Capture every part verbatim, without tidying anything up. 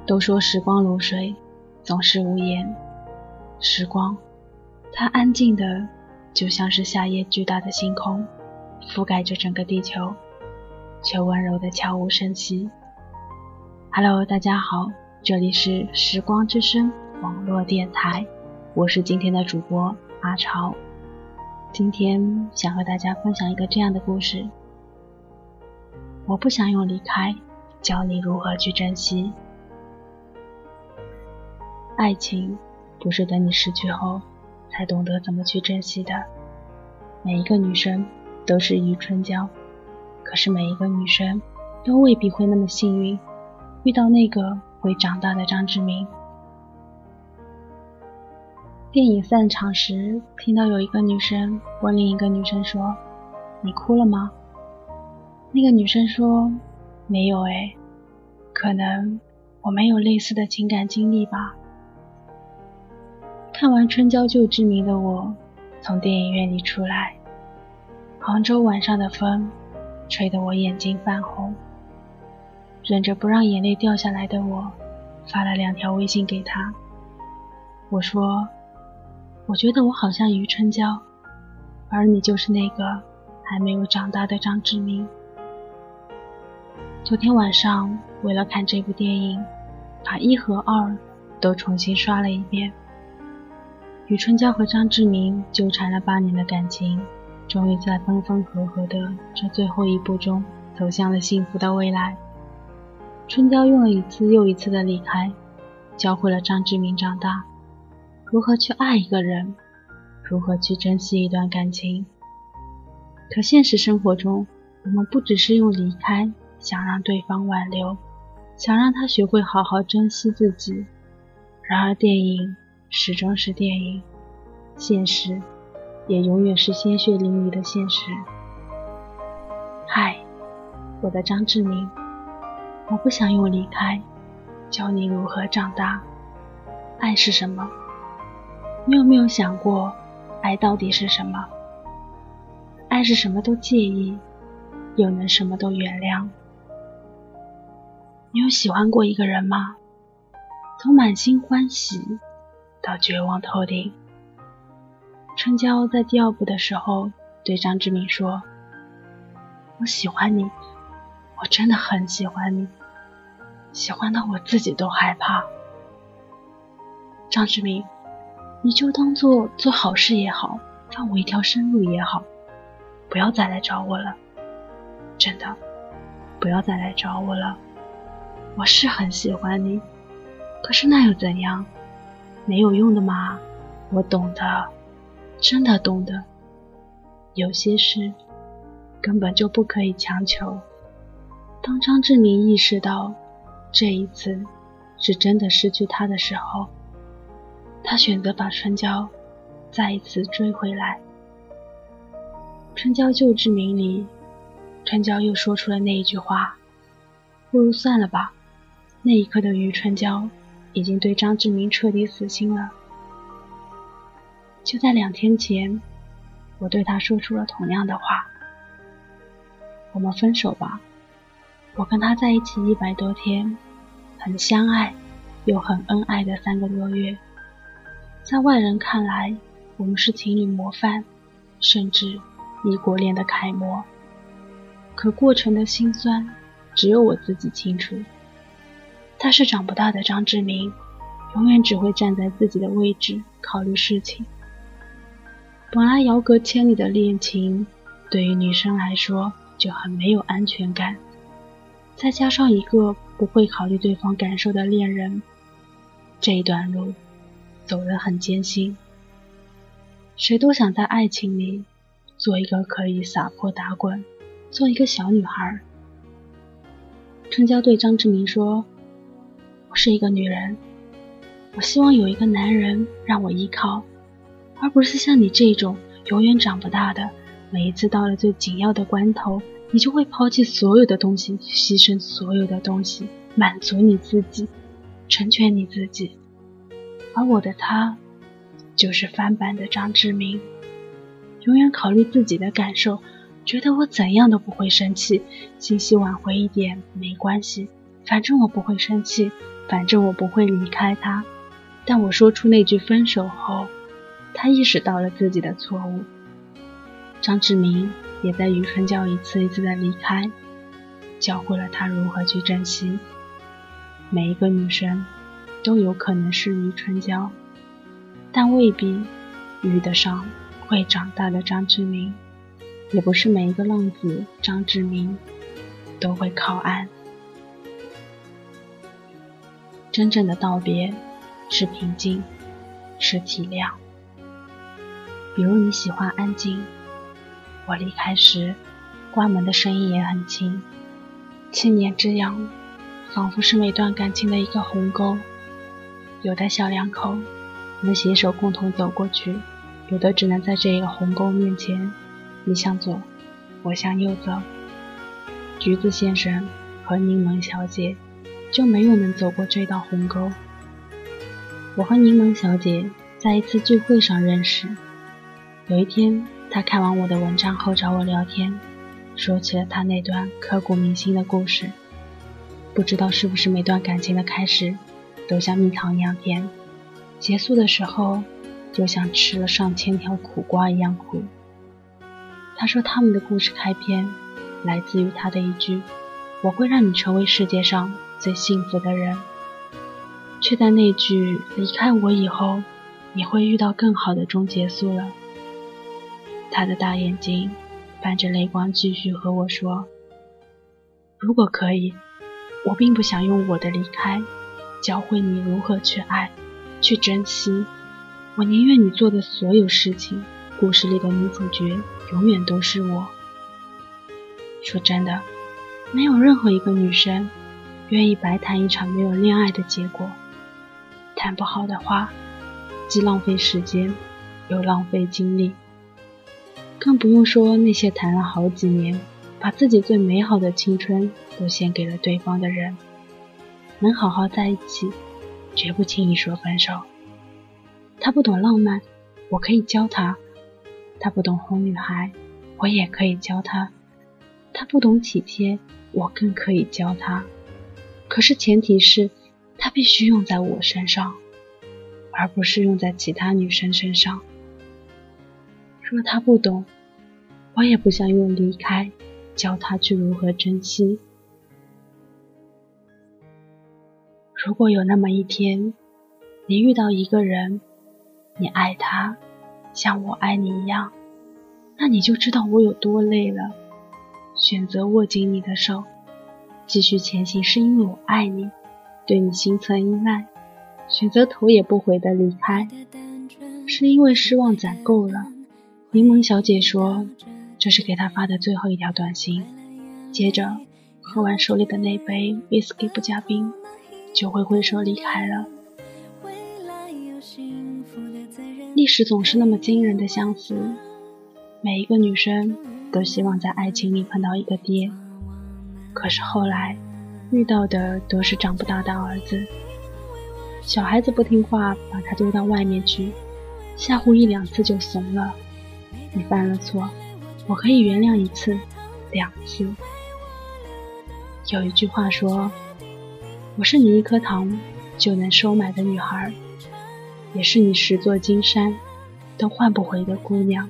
都说时光如水，总是无言。时光，它安静的就像是夏夜巨大的星空，覆盖着整个地球，却温柔的悄无声息。Hello， 大家好，这里是时光之声网络电台，我是今天的主播阿超。今天想和大家分享一个这样的故事。我不想用离开教你如何去珍惜。爱情不是等你失去后才懂得怎么去珍惜的。每一个女生都是余春娇，可是每一个女生都未必会那么幸运遇到那个会长大的张志明。电影散场时，听到有一个女生问另一个女生说：“你哭了吗？”那个女生说：“没有诶，可能我没有类似的情感经历吧。”看完《春娇救志明》的我，从电影院里出来，杭州晚上的风吹得我眼睛泛红，忍着不让眼泪掉下来的我，发了两条微信给他。我说：“我觉得我好像余春娇，而你就是那个还没有长大的张志明。”昨天晚上为了看这部电影，把一和二都重新刷了一遍。余春娇和张志明纠缠了八年的感情，终于在分分合合的这最后一步中走向了幸福的未来。春娇用了一次又一次的离开，教会了张志明长大，如何去爱一个人，如何去珍惜一段感情。可现实生活中，我们不只是用离开想让对方挽留，想让他学会好好珍惜自己。然而电影始终是电影，现实也永远是鲜血淋漓的现实。嗨，我的张志明，我不想用离开教你如何长大。爱是什么？你有没有想过，爱到底是什么？爱是什么都介意，又能什么都原谅。你有喜欢过一个人吗？从满心欢喜到绝望透顶。春娇在第二部的时候对张志明说：“我喜欢你，我真的很喜欢你，喜欢到我自己都害怕。张志明，你就当做做好事也好，放我一条生路也好，不要再来找我了，真的，不要再来找我了。我是很喜欢你，可是那又怎样？没有用的嘛，我懂的，真的懂的。有些事根本就不可以强求。”当张志明意识到这一次是真的失去他的时候，他选择把春娇再一次追回来。春娇救志明里，春娇又说出了那一句话：“不如算了吧。”那一刻的余春娇已经对张志明彻底死心了。就在两天前，我对他说出了同样的话：“我们分手吧。”我跟他在一起一百多天，很相爱又很恩爱的三个多月，在外人看来，我们是情侣模范，甚至异国恋的楷模。可过程的辛酸，只有我自己清楚。他是长不大的张志明，永远只会站在自己的位置考虑事情。本来遥隔千里的恋情，对于女生来说就很没有安全感，再加上一个不会考虑对方感受的恋人，这一段路走得很艰辛。谁都想在爱情里做一个可以撒泼打滚，做一个小女孩。春娇对张志明说：“我是一个女人，我希望有一个男人让我依靠，而不是像你这种永远长不大的，每一次到了最紧要的关头，你就会抛弃所有的东西，牺牲所有的东西，满足你自己，成全你自己。”而我的他就是翻版的张志明，永远考虑自己的感受，觉得我怎样都不会生气，信息挽回一点没关系，反正我不会生气， 反正我不会离开他。但我说出那句分手后，他意识到了自己的错误。张志明也在余春娇一次一次的离开，教会了他如何去珍惜。每一个女生都有可能是余春娇，但未必遇得上会长大的张志明，也不是每一个浪子张志明都会靠岸。真正的道别是平静，是体谅。比如你喜欢安静，我离开时关门的声音也很轻。七年之痒仿佛是每段感情的一个鸿沟，有的小两口能携手共同走过去，有的只能在这个鸿沟面前，你向左我向右走。橘子先生和柠檬小姐就没有能走过这道鸿沟。我和柠檬小姐在一次聚会上认识，有一天她看完我的文章后找我聊天，说起了她那段刻骨铭心的故事。不知道是不是每段感情的开始都像蜜糖一样甜，结束的时候就像吃了上千条苦瓜一样苦。她说他们的故事开篇来自于她的一句我会让你成为世界上最幸福的人，却在那句离开我以后你会遇到更好的中结束了。他的大眼睛泛着泪光继续和我说，如果可以，我并不想用我的离开教会你如何去爱，去珍惜。我宁愿你做的所有事情，故事里的女主角永远都是我。说真的，没有任何一个女生愿意白谈一场没有恋爱的结果。谈不好的话，既浪费时间又浪费精力，更不用说那些谈了好几年，把自己最美好的青春都献给了对方的人。能好好在一起，绝不轻易说分手。他不懂浪漫，我可以教他；他不懂哄女孩，我也可以教他；他不懂体贴，我更可以教他。可是前提是他必须用在我身上，而不是用在其他女生身上。若他不懂，我也不想用离开教他去如何珍惜。如果有那么一天，你遇到一个人，你爱他像我爱你一样，那你就知道我有多累了。选择握紧你的手，继续前行，是因为我爱你，对你心存依赖。选择头也不回的离开，是因为失望攒够了。柠檬小姐说，这是给她发的最后一条短信，接着喝完手里的那杯威士忌不加冰，就会挥手离开了。历史总是那么惊人的相似，每一个女生都希望在爱情里碰到一个爹，可是后来遇到的都是长不大的儿子。小孩子不听话，把他丢到外面去，吓唬一两次就怂了。你犯了错，我可以原谅一次两次。有一句话说，我是你一颗糖就能收买的女孩，也是你十座金山都换不回的姑娘。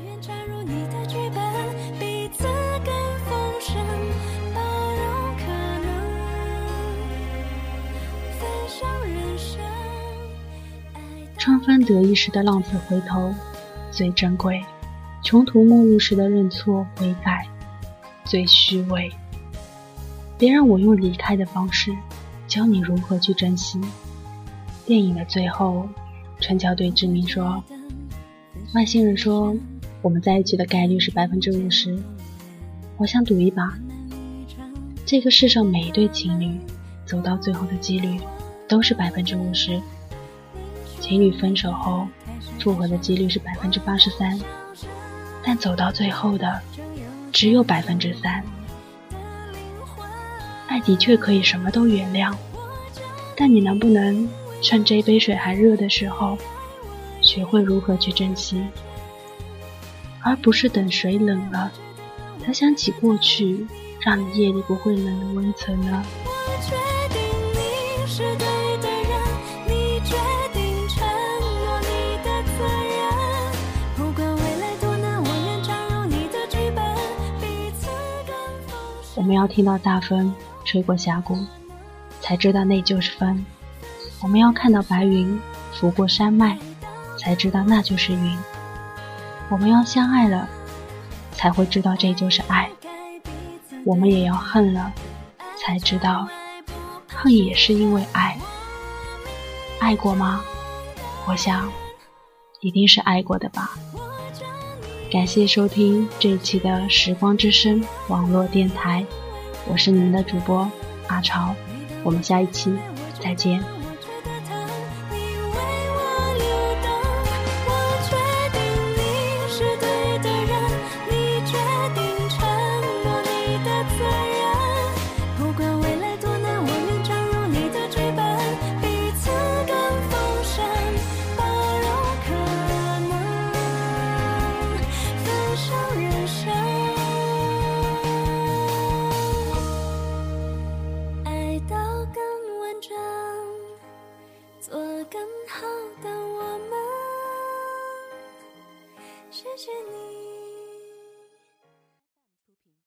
春风得意时的浪子回头最珍贵，穷途末路时的认错悔改最虚伪。别让我用离开的方式教你如何去珍惜。电影的最后，春娇对志明说，外星人说我们在一起的概率是百分之五十，我想赌一把，这个世上每一对情侣走到最后的几率都是百分之五十。情侣分手后复合的几率是百分之八十三，但走到最后的只有百分之三。爱的确可以什么都原谅，但你能不能趁这杯水还热的时候，学会如何去珍惜，而不是等水冷了，才想起过去让你夜里不会冷的温存呢？我决定你是对们要听到大风吹过峡谷，才知道那就是风。我们要看到白云拂过山脉，才知道那就是云。我们要相爱了，才会知道这就是爱。我们也要恨了，才知道恨也是因为爱。爱过吗？我想一定是爱过的吧。感谢收听这一期的时光之声网络电台，我是你们的主播阿潮，我们下一期再见。